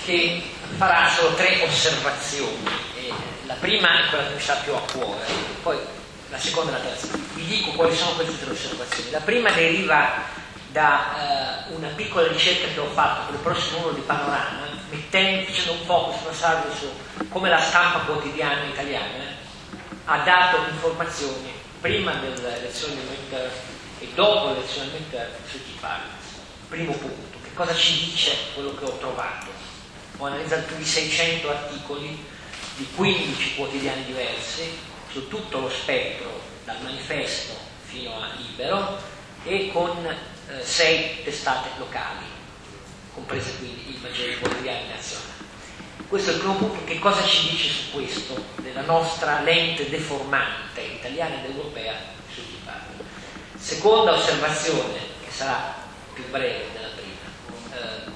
che farà solo 3 osservazioni. La prima è quella che mi sta più a cuore, poi la seconda e la terza. Vi dico quali sono queste 3 osservazioni. La prima deriva da una piccola ricerca che ho fatto per il prossimo numero di Panorama, facendo un focus passaggio su come la stampa quotidiana italiana ha dato informazioni prima delle elezioni del midterm e dopo le elezioni del midterm sui Tea Parties. Primo punto, che cosa ci dice quello che ho trovato? Ho analizzato più di 600 articoli di 15 quotidiani diversi su tutto lo spettro, dal Manifesto fino a Libero, e con 6 testate locali, comprese quindi i maggiori quotidiani nazionali. Questo è il primo punto. Che cosa ci dice su questo, della nostra lente deformante italiana ed europea sul Tea Party? Seconda osservazione, che sarà più breve della prima,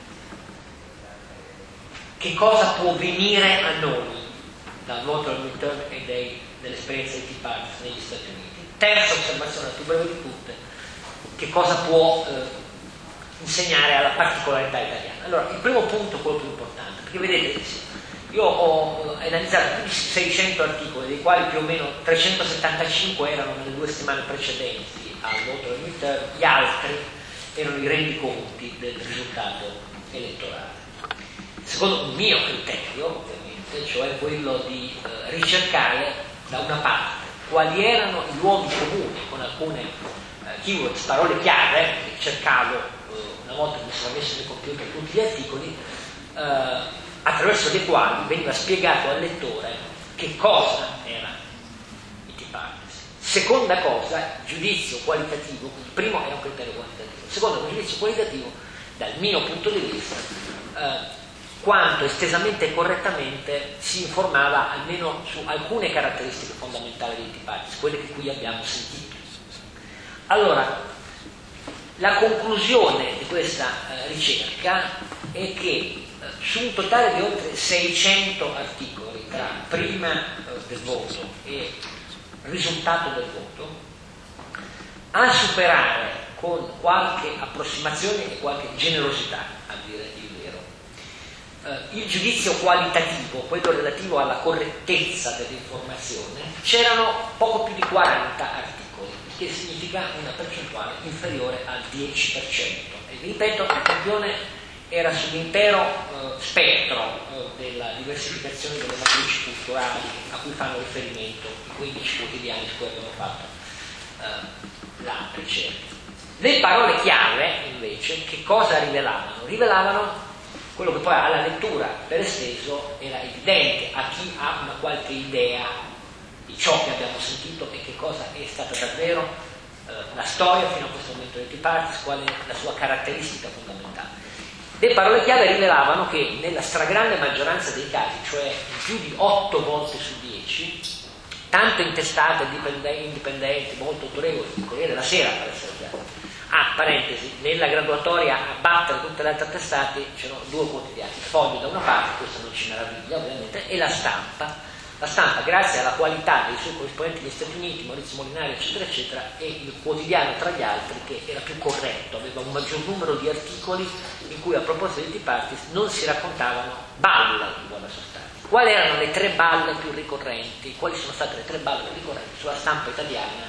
che cosa può venire a noi dal voto al midterm e dell'esperienza dei Tea Party negli Stati Uniti? Terza osservazione, la più breve di tutte, che cosa può insegnare alla particolarità italiana. Allora, il primo punto è quello più importante, perché vedete, io ho analizzato più di 600 articoli, dei quali più o meno 375 erano nelle 2 settimane precedenti al voto del midterm, gli altri erano i rendiconti del risultato elettorale. Secondo un mio criterio, ovviamente, cioè quello di ricercare da una parte quali erano i luoghi comuni con alcune keywords, parole chiave, che cercavo una volta che mi sono messo nel computer tutti gli articoli, attraverso le quali veniva spiegato al lettore che cosa era i Tea Parties. Seconda cosa, giudizio qualitativo. Il primo era un criterio quantitativo, il secondo è un giudizio qualitativo dal mio punto di vista, quanto estesamente e correttamente si informava almeno su alcune caratteristiche fondamentali dei Tea Parties, quelle che qui abbiamo sentito. Allora, la conclusione di questa ricerca è che su un totale di oltre 600 articoli tra prima del voto e risultato del voto, a superare con qualche approssimazione e qualche generosità, a dire il vero, il giudizio qualitativo, quello relativo alla correttezza dell'informazione, c'erano poco più di 40 articoli, che significa una percentuale inferiore al 10%. E vi ripeto, il campione era sull'intero spettro della diversificazione delle matrici culturali a cui fanno riferimento i 15 quotidiani su cui abbiamo fatto la ricerca. Le parole chiave, invece, che cosa rivelavano? Rivelavano quello che poi alla lettura per esteso era evidente a chi ha una qualche idea di ciò che abbiamo sentito e che cosa è stata davvero la storia fino a questo momento dei Tea Parties, qual è la sua caratteristica fondamentale. Le parole chiave rivelavano che nella stragrande maggioranza dei casi, cioè più di 8 volte su 10, tanto in testate indipendenti, molto autorevoli, il Corriere della Sera per essere chiaro, parentesi, nella graduatoria a battere tutte le altre testate c'erano 2 quotidiani, il Foglio da una parte, questo non ci meraviglia ovviamente, e la Stampa. La Stampa, grazie alla qualità dei suoi corrispondenti negli Stati Uniti, Maurizio Molinari, eccetera, eccetera, è il quotidiano tra gli altri che era più corretto, aveva un maggior numero di articoli in cui a proposito dei Tea Parties non si raccontavano balle in buona sostanza. Quali erano le 3 balle più ricorrenti? Quali sono state le 3 balle più ricorrenti sulla stampa italiana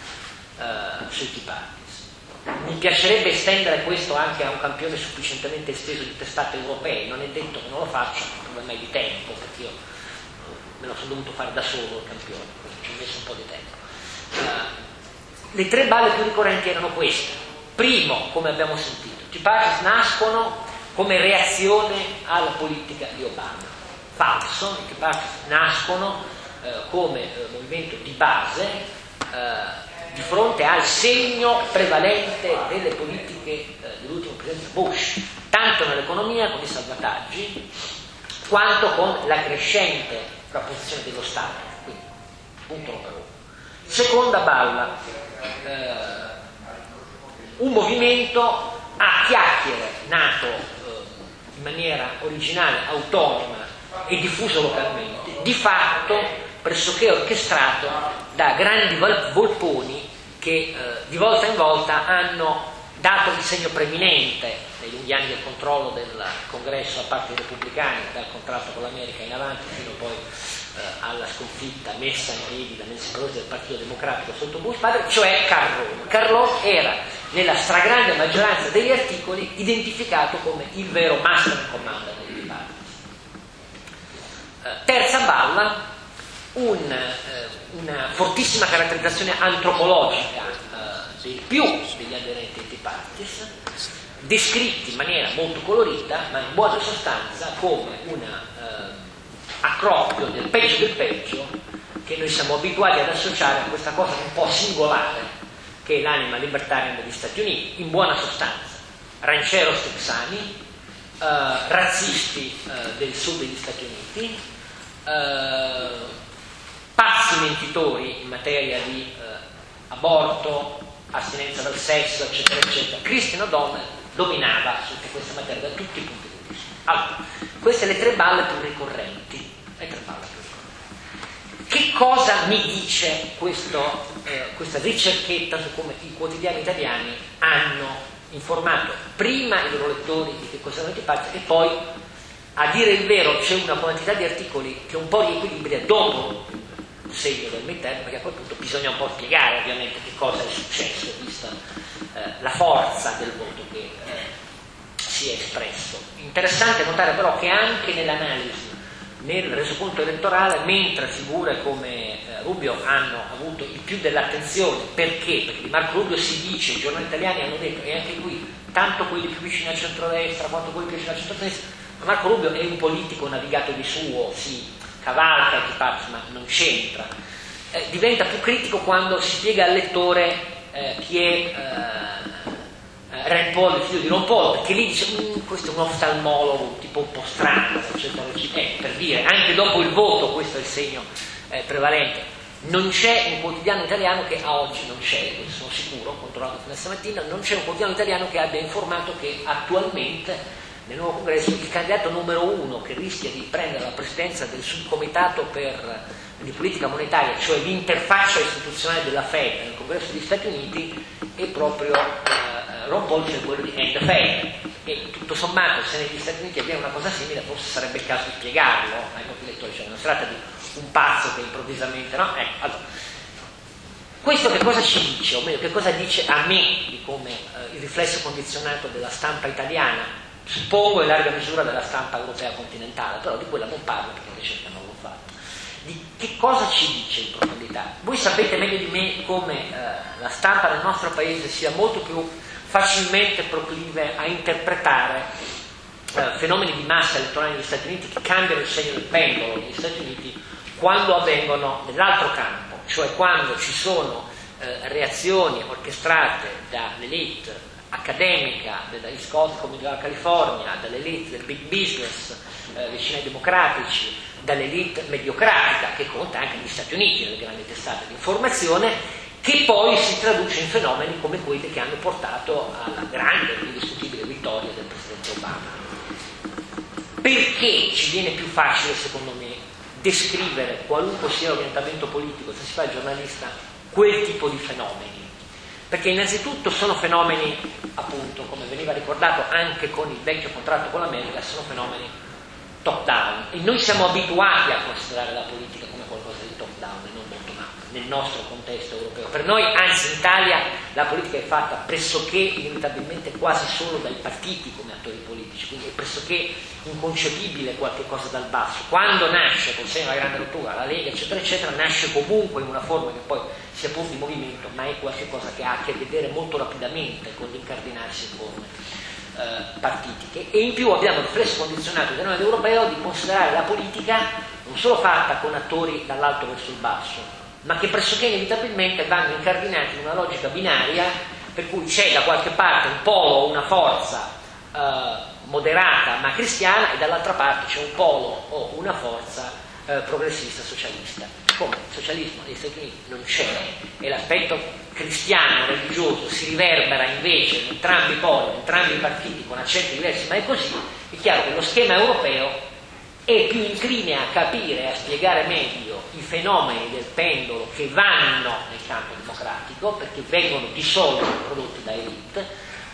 sui Tea Parties? Mi piacerebbe estendere questo anche a un campione sufficientemente esteso di testate europee, non è detto che non lo faccia, per problema di tempo, perché io me lo sono dovuto fare da solo il campione, ci ho messo un po' di tempo. Le 3 balle più ricorrenti erano queste. Primo, come abbiamo sentito, i Tea Parties nascono come reazione alla politica di Obama. Falso, i Tea Parties nascono come movimento di base di fronte al segno prevalente delle politiche dell'ultimo presidente Bush, tanto nell'economia con i salvataggi, quanto con la crescente posizione dello Stato. Quindi, punto numero 1. Seconda balla, un movimento a chiacchiere nato in maniera originale, autonoma e diffuso localmente, di fatto pressoché orchestrato da grandi volponi che di volta in volta hanno dato il segno preminente nei lunghi anni del controllo del congresso da parte dei repubblicani, dal contratto con l'America in avanti fino poi alla sconfitta messa in piedi da Nancy Pelosi del Partito Democratico sotto Bush padre, cioè Karl Rove. Karl Rove era nella stragrande maggioranza degli articoli identificato come il vero master in comando dei Tea Party. Terza balla, una fortissima caratterizzazione antropologica dei più degli aderenti ai Tea Parties, descritti in maniera molto colorita, ma in buona sostanza come una accroppio del peggio che noi siamo abituati ad associare a questa cosa un po' singolare che è l'anima libertaria degli Stati Uniti. In buona sostanza, rancheros texani, razzisti del sud degli Stati Uniti, pazzi mentitori in materia di aborto, astinenza dal sesso, eccetera, eccetera. Christine O'Donnell dominava su questa materia da tutti i punti di vista. Allora, queste le tre balle più ricorrenti. Che cosa mi dice questa ricerchetta su come i quotidiani italiani hanno informato prima i loro lettori di che cosa erano i Tea Party e poi, a dire il vero, c'è una quantità di articoli che un po' riequilibria dopo il segno del midterm, perché a quel punto bisogna un po' spiegare ovviamente che cosa è successo, vista la forza del voto che si è espresso. Interessante notare però che anche nell'analisi, nel resoconto elettorale, mentre figure come Rubio hanno avuto il più dell'attenzione, perché di Marco Rubio si dice, i giornali italiani hanno detto, e anche qui, tanto quelli più vicini al centrodestra quanto quelli più vicini al centrodestra, ma Marco Rubio è un politico navigato di suo, si cavalca i Tea Party, ma non c'entra. Diventa più critico quando si spiega al lettore chi è Rand Paul, il figlio di Ron Paul, perché lì dice questo è un oftalmologo tipo un po' strano, eccetera, per dire, anche dopo il voto questo è il segno prevalente. Non c'è un quotidiano italiano che a oggi non c'è, sono sicuro, ho controllato fino a stamattina, non c'è un quotidiano italiano che abbia informato che attualmente nel nuovo congresso il candidato numero uno che rischia di prendere la presidenza del subcomitato di politica monetaria, cioè l'interfaccia istituzionale della Fed nel congresso degli Stati Uniti, è proprio Ron Paul, cioè quello di End Fed. E tutto sommato, se negli Stati Uniti avviene una cosa simile, forse sarebbe il caso di spiegarlo ai nostri lettori, cioè non si tratta di un pazzo che improvvisamente, no? Allora, questo che cosa ci dice, o meglio, che cosa dice a me di come il riflesso condizionato della stampa italiana, suppongo in larga misura della stampa europea continentale, però di quella non parlo perché la ricerca non l'ho fatta, di che cosa ci dice in profondità. Voi sapete meglio di me come la stampa del nostro paese sia molto più facilmente proclive a interpretare fenomeni di massa elettorale negli Stati Uniti che cambiano il segno del pendolo negli Stati Uniti quando avvengono nell'altro campo, cioè quando ci sono reazioni orchestrate dall'elite accademica della East Coast come della California, dall'elite del big business vicino ai democratici, dall'elite mediocratica che conta anche negli Stati Uniti, nelle grandi testate di informazione, che poi si traduce in fenomeni come quelli che hanno portato alla grande e indiscutibile vittoria del presidente Obama. Perché ci viene più facile, secondo me, descrivere qualunque sia l'orientamento politico, se si fa il giornalista, quel tipo di fenomeni? Perché innanzitutto sono fenomeni, appunto, come veniva ricordato anche con il vecchio contratto con l'America, sono fenomeni top down, e noi siamo abituati a considerare la politica come qualcosa di top down e non bottom up nel nostro contesto europeo. Per noi, anzi in Italia, la politica è fatta pressoché inevitabilmente quasi solo dai partiti come attori politici, quindi è pressoché inconcepibile qualche cosa dal basso. Quando nasce col segno della grande rottura la Lega eccetera eccetera, nasce comunque in una forma che poi sia pur di movimento, ma è qualcosa che ha a che vedere molto rapidamente con l'incardinarsi in forme partitiche. E in più abbiamo il riflesso condizionato del noi europeo di considerare la politica non solo fatta con attori dall'alto verso il basso, ma che pressoché inevitabilmente vanno incardinati in una logica binaria per cui c'è da qualche parte un polo o una forza moderata ma cristiana e dall'altra parte c'è un polo o una forza progressista socialista. Come il socialismo negli Stati Uniti non c'è e l'aspetto cristiano, religioso si riverbera invece in entrambi i poli, in entrambi i partiti con accenti diversi, ma è così, è chiaro che lo schema europeo è più incline a capire e a spiegare meglio i fenomeni del pendolo che vanno nel campo democratico, perché vengono di solito prodotti da elite,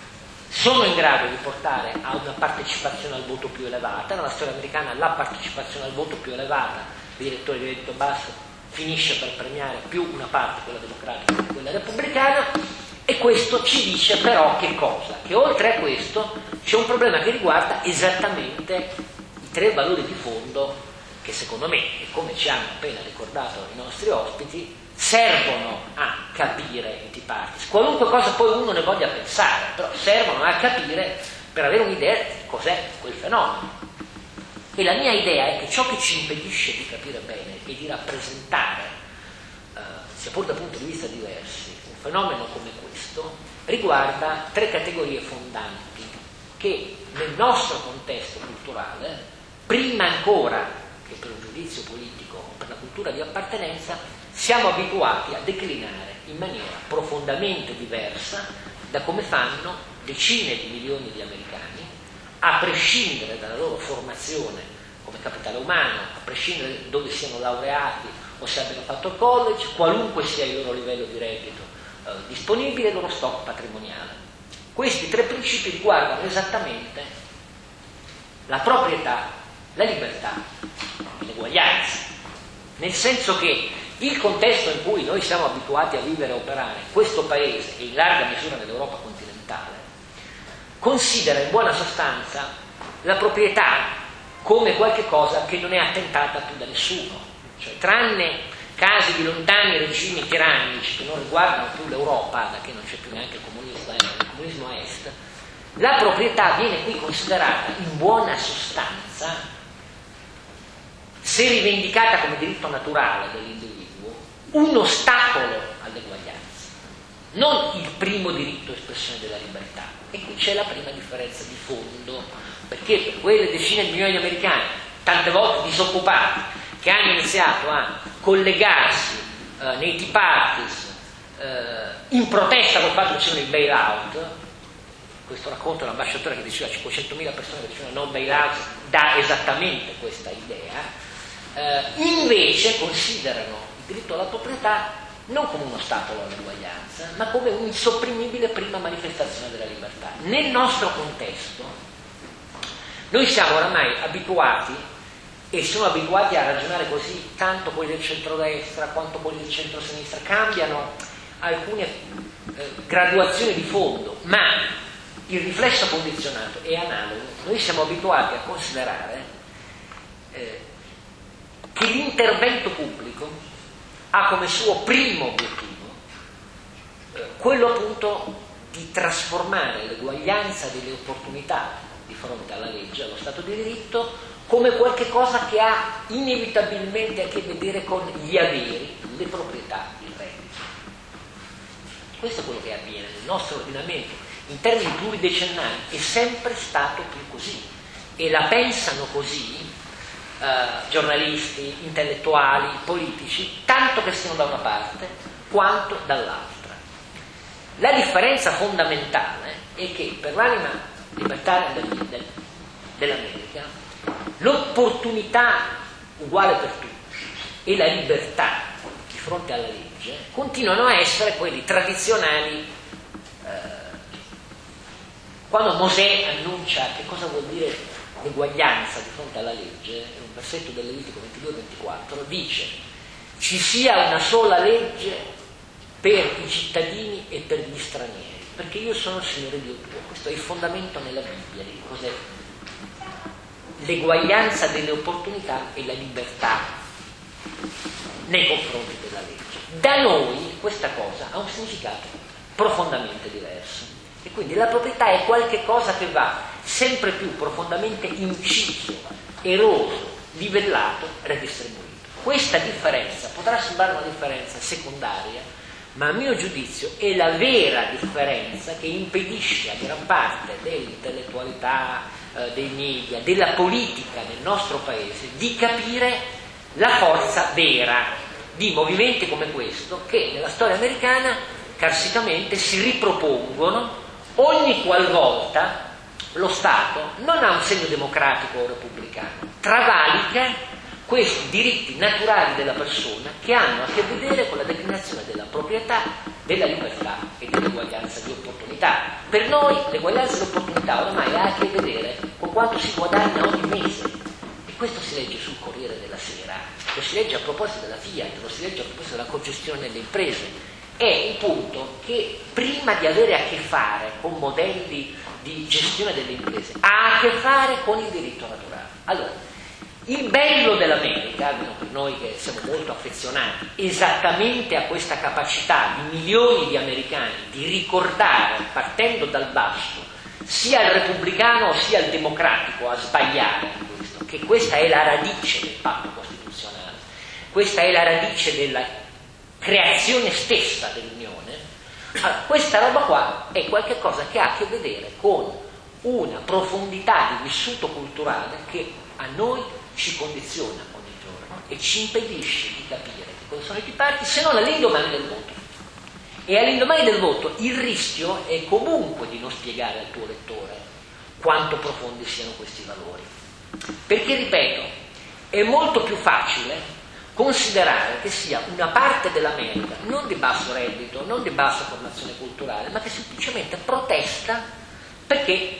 sono in grado di portare a una partecipazione al voto più elevata. Nella storia americana la partecipazione al voto più elevata dei elettori di reddito basso finisce per premiare più una parte, quella democratica, che quella repubblicana, e questo ci dice però che cosa? Che oltre a questo c'è un problema che riguarda esattamente i tre valori di fondo che secondo me, e come ci hanno appena ricordato i nostri ospiti, servono a capire i Tea Parties. Qualunque cosa poi uno ne voglia pensare, però servono a capire per avere un'idea di cos'è quel fenomeno. E la mia idea è che ciò che ci impedisce di capire bene e di rappresentare, sia pur da punti di vista diversi, un fenomeno come questo, riguarda tre categorie fondanti che nel nostro contesto culturale, prima ancora che per un giudizio politico o per la cultura di appartenenza, siamo abituati a declinare in maniera profondamente diversa da come fanno decine di milioni di americani, a prescindere dalla loro formazione come capitale umano, a prescindere da dove siano laureati o se abbiano fatto il college, qualunque sia il loro livello di reddito disponibile e il loro stock patrimoniale. Questi tre principi riguardano esattamente la proprietà, la libertà e l'eguaglianza, nel senso che il contesto in cui noi siamo abituati a vivere e operare, questo paese e in larga misura nell'Europa continentale, considera in buona sostanza la proprietà come qualche cosa che non è attentata più da nessuno, cioè tranne casi di lontani regimi tirannici che non riguardano più l'Europa, da che non c'è più neanche il comunismo a est, la proprietà viene qui considerata in buona sostanza, se rivendicata come diritto naturale dell'individuo, un ostacolo all'eguaglianza, non il primo diritto espressione della libertà. E qui c'è la prima differenza di fondo, perché per quelle decine di milioni di americani, tante volte disoccupati, che hanno iniziato a collegarsi nei Tea Parties in protesta col fatto che c'erano i bailout, questo racconto l'ambasciatore che diceva 500.000 persone che dicevano no bailout dà esattamente questa idea, invece considerano il diritto alla proprietà non come un ostacolo all'eguaglianza, ma come un'insopprimibile prima manifestazione della libertà. Nel nostro contesto noi siamo oramai abituati, e sono abituati a ragionare così, tanto quelli del centrodestra quanto quelli del centrosinistra, cambiano alcune graduazioni di fondo, ma il riflesso condizionato è analogo. Noi siamo abituati a considerare che l'intervento pubblico ha come suo primo obiettivo quello appunto di trasformare l'eguaglianza delle opportunità di fronte alla legge, allo Stato di diritto, come qualche cosa che ha inevitabilmente a che vedere con gli averi, le proprietà, il reddito. Questo è quello che avviene nel nostro ordinamento in termini pluridecennali, è sempre stato più così, e la pensano così giornalisti, intellettuali, politici, tanto che siano da una parte quanto dall'altra. La differenza fondamentale è che per l'anima libertaria dell'America l'opportunità uguale per tutti e la libertà di fronte alla legge continuano a essere quelli tradizionali. Quando Mosè annuncia che cosa vuol dire l'eguaglianza di fronte alla legge, in un versetto del Levitico 22-24, dice: ci sia una sola legge per i cittadini e per gli stranieri, perché io sono il Signore Dio tuo. Questo è il fondamento nella Bibbia di cos'è l'eguaglianza delle opportunità e la libertà nei confronti della legge. Da noi questa cosa ha un significato profondamente diverso, e quindi la proprietà è qualche cosa che va sempre più profondamente inciso, eroso, livellato, redistribuito. Questa differenza potrà sembrare una differenza secondaria, ma a mio giudizio è la vera differenza che impedisce a gran parte dell'intellettualità, dei media, della politica nel nostro paese di capire la forza vera di movimenti come questo, che nella storia americana carsicamente si ripropongono ogni qualvolta lo Stato non ha un segno democratico o repubblicano, travalica questi diritti naturali della persona che hanno a che vedere con la declinazione della proprietà, della libertà e dell'eguaglianza di opportunità. opportunità. Per noi l'eguaglianza dell'opportunità oramai ha a che vedere con quanto si guadagna ogni mese, e questo si legge sul Corriere della Sera, lo si legge a proposito della Fiat, lo si legge a proposito della cogestione delle imprese. È un punto che prima di avere a che fare con modelli di gestione delle imprese ha a che fare con il diritto naturale. Allora, il bello dell'America, almeno per noi che siamo molto affezionati esattamente a questa capacità di milioni di americani di ricordare, partendo dal basso, sia il repubblicano sia il democratico a sbagliare in questo, che questa è la radice del patto costituzionale, questa è la radice della creazione stessa dell'Unione. Allora, questa roba qua è qualcosa che ha a che vedere con una profondità di vissuto culturale che a noi ci condiziona ogni giorno e ci impedisce di capire che cosa sono i parti, se non all'indomani del voto. E all'indomani del voto il rischio è comunque di non spiegare al tuo lettore quanto profondi siano questi valori. Perché, ripeto, è molto più facile considerare che sia una parte dell'America non di basso reddito, non di bassa formazione culturale, ma che semplicemente protesta perché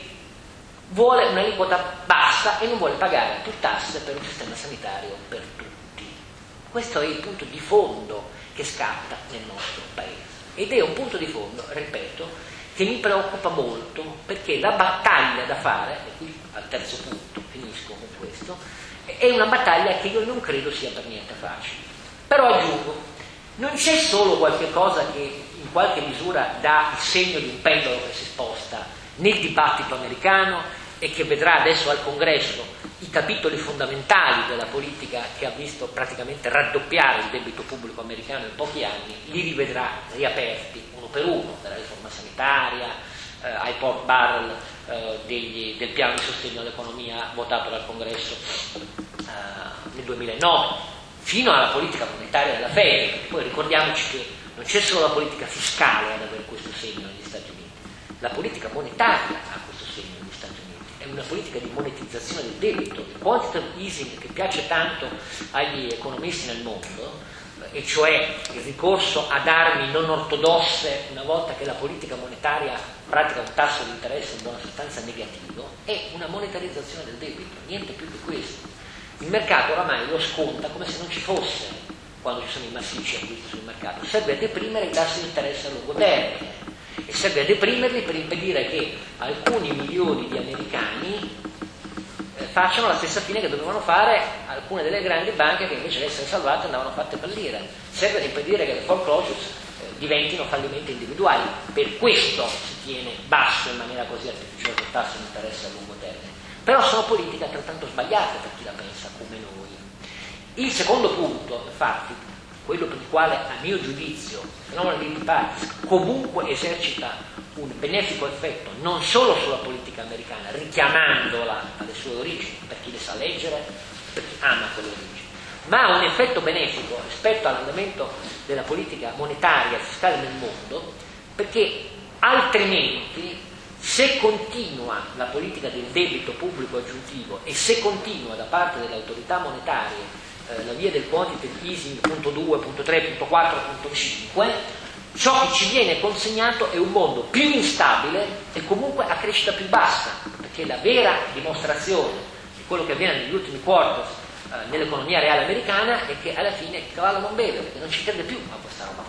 vuole un'aliquota bassa e non vuole pagare più tasse per un sistema sanitario per tutti. Questo è il punto di fondo che scatta nel nostro paese. Ed è un punto di fondo, ripeto, che mi preoccupa molto, perché la battaglia da fare, e qui al terzo punto finisco con questo, è una battaglia che io non credo sia per niente facile. Però aggiungo, non c'è solo qualche cosa che in qualche misura dà il segno di un pendolo che si sposta nel dibattito americano e che vedrà adesso al Congresso i capitoli fondamentali della politica che ha visto praticamente raddoppiare il debito pubblico americano in pochi anni, li rivedrà riaperti uno per uno, dalla riforma sanitaria ai pork barrel del piano di sostegno all'economia votato dal Congresso nel 2009, fino alla politica monetaria della Fed. Poi ricordiamoci che non c'è solo la politica fiscale ad avere questo segno negli Stati Uniti, la politica monetaria ha questo segno negli Stati Uniti. È una politica di monetizzazione del debito, il quantitative easing che piace tanto agli economisti nel mondo, e cioè il ricorso ad armi non ortodosse una volta che la politica monetaria pratica un tasso di interesse in buona sostanza negativo, è una monetarizzazione del debito, niente più di questo. Il mercato oramai lo sconta come se non ci fosse quando ci sono i massicci acquisti sul mercato, serve a deprimere i tassi di interesse a lungo termine e serve a deprimerli per impedire che alcuni milioni di americani facciano la stessa fine che dovevano fare alcune delle grandi banche che invece di essere salvate andavano fatte fallire. Serve ad impedire che le foreclosures diventino fallimenti individuali. Per questo si tiene basso in maniera così artificiosa il tasso di interesse a lungo termine. Però sono politiche altrettanto sbagliate per chi la pensa come noi. Il secondo punto, infatti, quello per il quale a mio giudizio il fenomeno dei parties comunque esercita un benefico effetto non solo sulla politica americana, richiamandola alle sue origini, per chi le sa leggere, per chi ama quelle origini, ma ha un effetto benefico rispetto all'andamento della politica monetaria e fiscale nel mondo, perché altrimenti, se continua la politica del debito pubblico aggiuntivo e se continua da parte delle autorità monetarie la via del quantitative easing punto 2, punto 3, punto 4, punto 5, ciò che ci viene consegnato è un mondo più instabile e comunque a crescita più bassa, perché la vera dimostrazione di quello che avviene negli ultimi quarters nell'economia reale americana è che alla fine il cavallo non beve, perché non ci crede più a questa roba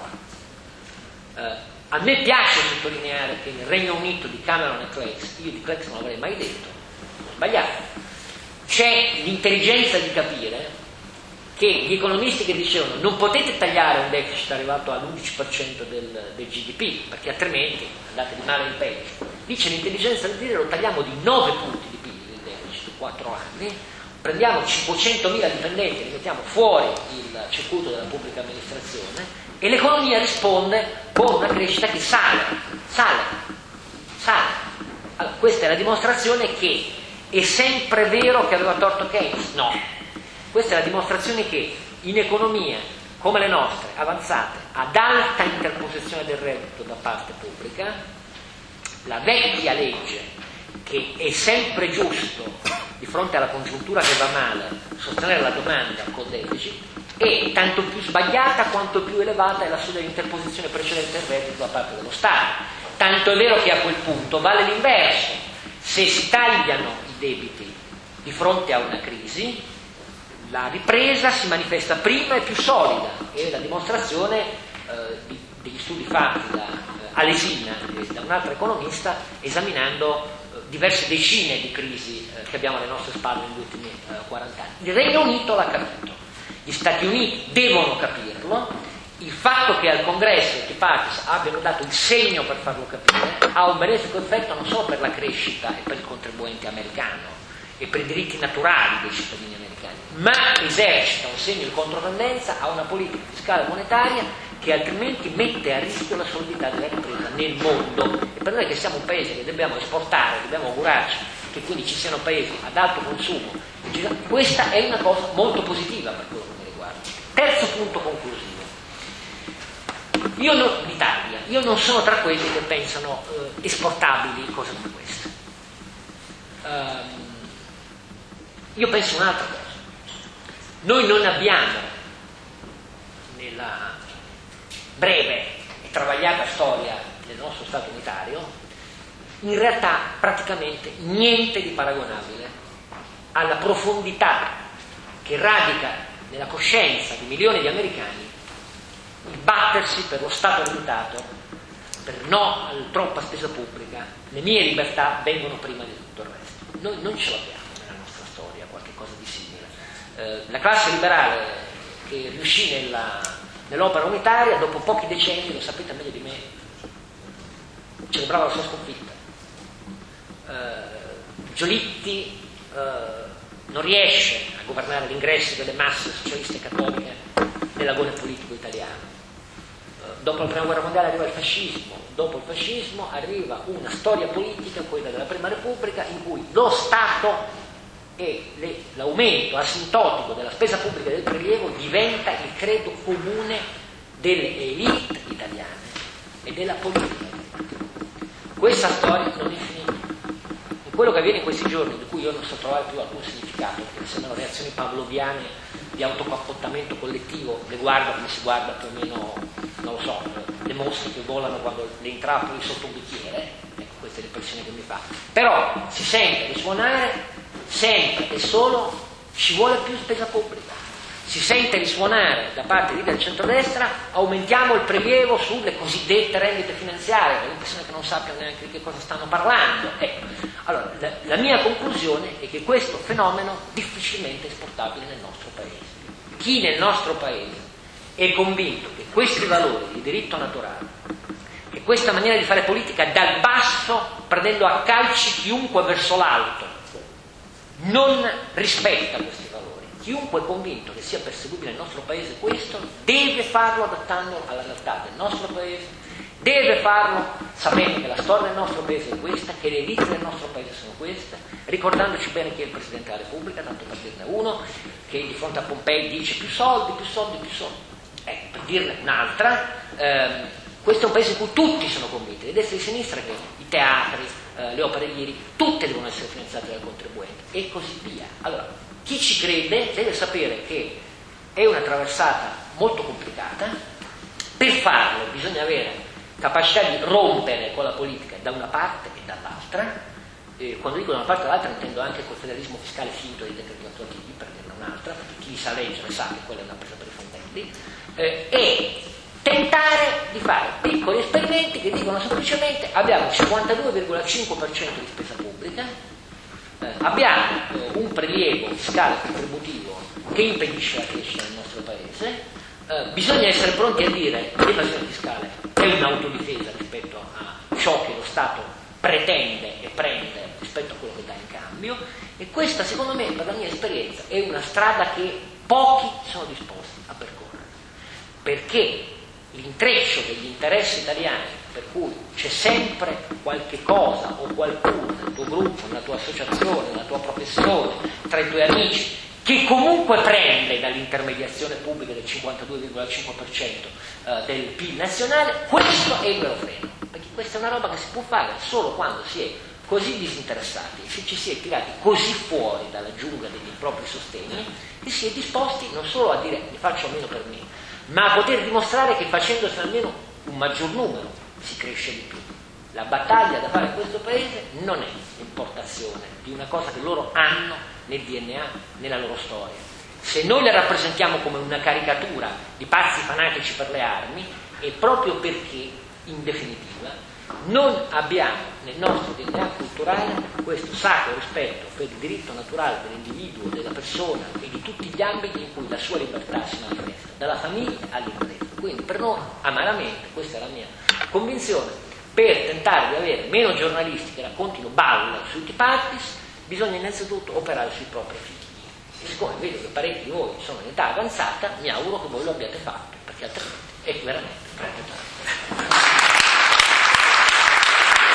qua. A me piace sottolineare che nel Regno Unito di Cameron e Clegg, io di Clegg non l'avrei mai detto, ho sbagliato, c'è l'intelligenza di capire che gli economisti che dicevano non potete tagliare un deficit arrivato all'11% del GDP, perché altrimenti andate di male in peggio. Lì c'è l'intelligenza di dire lo tagliamo di 9 punti di PIL il deficit in 4 anni, prendiamo 500.000 dipendenti, li mettiamo fuori il circuito della pubblica amministrazione e l'economia risponde con una crescita che sale. Allora, questa è la dimostrazione che è sempre vero che aveva torto Keynes? No. Questa è la dimostrazione che in economie come le nostre, avanzate, ad alta interposizione del reddito da parte pubblica, la vecchia legge che è sempre giusto di fronte alla congiuntura che va male sostenere la domanda col deficit è tanto più sbagliata quanto più elevata è la soglia di interposizione precedente del reddito da parte dello Stato. tanto è vero che a quel punto vale l'inverso. Se si tagliano i debiti di fronte a una crisi, la ripresa si manifesta prima e più solida, e la dimostrazione degli studi fatti da Alesina e da un altro economista, esaminando diverse decine di crisi che abbiamo alle nostre spalle negli ultimi 40 anni. Il Regno Unito l'ha capito, gli Stati Uniti devono capirlo. Il fatto che al Congresso i Tea Parties abbiano dato il segno per farlo capire ha un benefico effetto non solo per la crescita e per il contribuente americano e per i diritti naturali dei cittadini americani, ma esercita un segno di controtendenza a una politica fiscale e monetaria che altrimenti mette a rischio la solidità della ripresa nel mondo. E per noi che siamo un paese che dobbiamo esportare, dobbiamo augurarci che quindi ci siano paesi ad alto consumo, questa è una cosa molto positiva per quello che mi riguarda. Terzo punto conclusivo. L'Italia, io non sono tra quelli che pensano esportabili cose come queste. Io penso un'altra cosa. Noi non abbiamo nella breve e travagliata storia del nostro Stato unitario in realtà praticamente niente di paragonabile alla profondità che radica nella coscienza di milioni di americani il battersi per lo Stato limitato, per no alla troppa spesa pubblica. Le mie libertà vengono prima di tutto il resto. Noi non ce l'abbiamo nella nostra storia qualche cosa di simile. La classe liberale che riuscì nell'opera unitaria, dopo pochi decenni, lo sapete meglio di me, celebrava la sua sconfitta. Giolitti non riesce a governare l'ingresso delle masse socialiste cattoliche nell'agone politico italiano. Dopo la prima guerra mondiale arriva il fascismo, dopo il fascismo arriva una storia politica, quella della Prima Repubblica, in cui lo Stato e l'aumento asintotico della spesa pubblica e del prelievo diventa il credo comune delle elite italiane e della politica. Questa storia non è finita. E quello che avviene in questi giorni, di cui io non so trovare più alcun significato, perché sembrano reazioni pavloviane di autocappottamento collettivo, le guarda come si guarda più o meno, non lo so, le mosche che volano quando le intrappoli sotto un bicchiere, ecco, questa è l'impressione che mi fa. Però si sente risuonare sempre e solo ci vuole più spesa pubblica. Si sente risuonare da parte del centrodestra, aumentiamo il prelievo sulle cosiddette rendite finanziarie, ho l'impressione che non sappiano neanche di che cosa stanno parlando. Allora, la mia conclusione è che questo fenomeno difficilmente è esportabile nel nostro paese. Chi nel nostro paese è convinto che questi valori di diritto naturale, che questa maniera di fare politica dal basso, prendendo a calci chiunque verso l'alto, non rispetta questi valori. Chiunque è convinto che sia perseguibile nel nostro paese questo, deve farlo adattando alla realtà del nostro paese, deve farlo sapendo che la storia del nostro paese è questa, che le elite del nostro paese sono queste, ricordandoci bene chi è il Presidente della Repubblica, tanto per dirne uno, che di fronte a Pompei dice più soldi, più soldi, più soldi. Per dirne un'altra, questo è un paese in cui tutti sono convinti, di destra e di sinistra, che i teatri, le opere liriche, tutte devono essere finanziate dal contribuente e così via. Allora, chi ci crede deve sapere che è una traversata molto complicata. Per farlo bisogna avere capacità di rompere con la politica da una parte e dall'altra. Quando dico da una parte e dall'altra intendo anche col federalismo fiscale finto dei decreti attuativi, per dirne un'altra, perché chi li sa leggere sa che quella è una presa per i fondelli, e tentare di fare piccoli esperimenti che dicono semplicemente: abbiamo il 52,5% di spesa pubblica, abbiamo un prelievo fiscale contributivo che impedisce la crescita del nostro paese, bisogna essere pronti a dire che l'evasione fiscale è un'autodifesa rispetto a ciò che lo Stato pretende e prende rispetto a quello che dà in cambio, e questa, secondo me, per la mia esperienza, è una strada che pochi sono disposti a percorrere, perché l'intreccio degli interessi italiani, per cui c'è sempre qualche cosa o qualcuno nel tuo gruppo, nella tua associazione, nella tua professione, tra i tuoi amici, che comunque prende dall'intermediazione pubblica del 52,5% del PIL nazionale, questo è il vero freno, perché questa è una roba che si può fare solo quando si è così disinteressati, se ci si è tirati così fuori dalla giungla degli impropri sostegni, che si è disposti non solo a dire ne faccio almeno per me, ma a poter dimostrare che facendosi almeno un maggior numero si cresce di più. La battaglia da fare in questo paese non è l'importazione di una cosa che loro hanno nel DNA, nella loro storia. Se noi la rappresentiamo come una caricatura di pazzi fanatici per le armi, è proprio perché, in definitiva, non abbiamo nel nostro DNA culturale questo sacro rispetto per il diritto naturale dell'individuo, della persona e di tutti gli ambiti in cui la sua libertà si manifesta, dalla famiglia all'impresa. Quindi per noi, amaramente, questa è la mia convinzione, per tentare di avere meno giornalisti che raccontino balle sui Tea Parties, bisogna innanzitutto operare sui propri figli. E siccome vedo che parecchi di voi sono in età avanzata, mi auguro che voi lo abbiate fatto, perché altrimenti è veramente troppo tardi.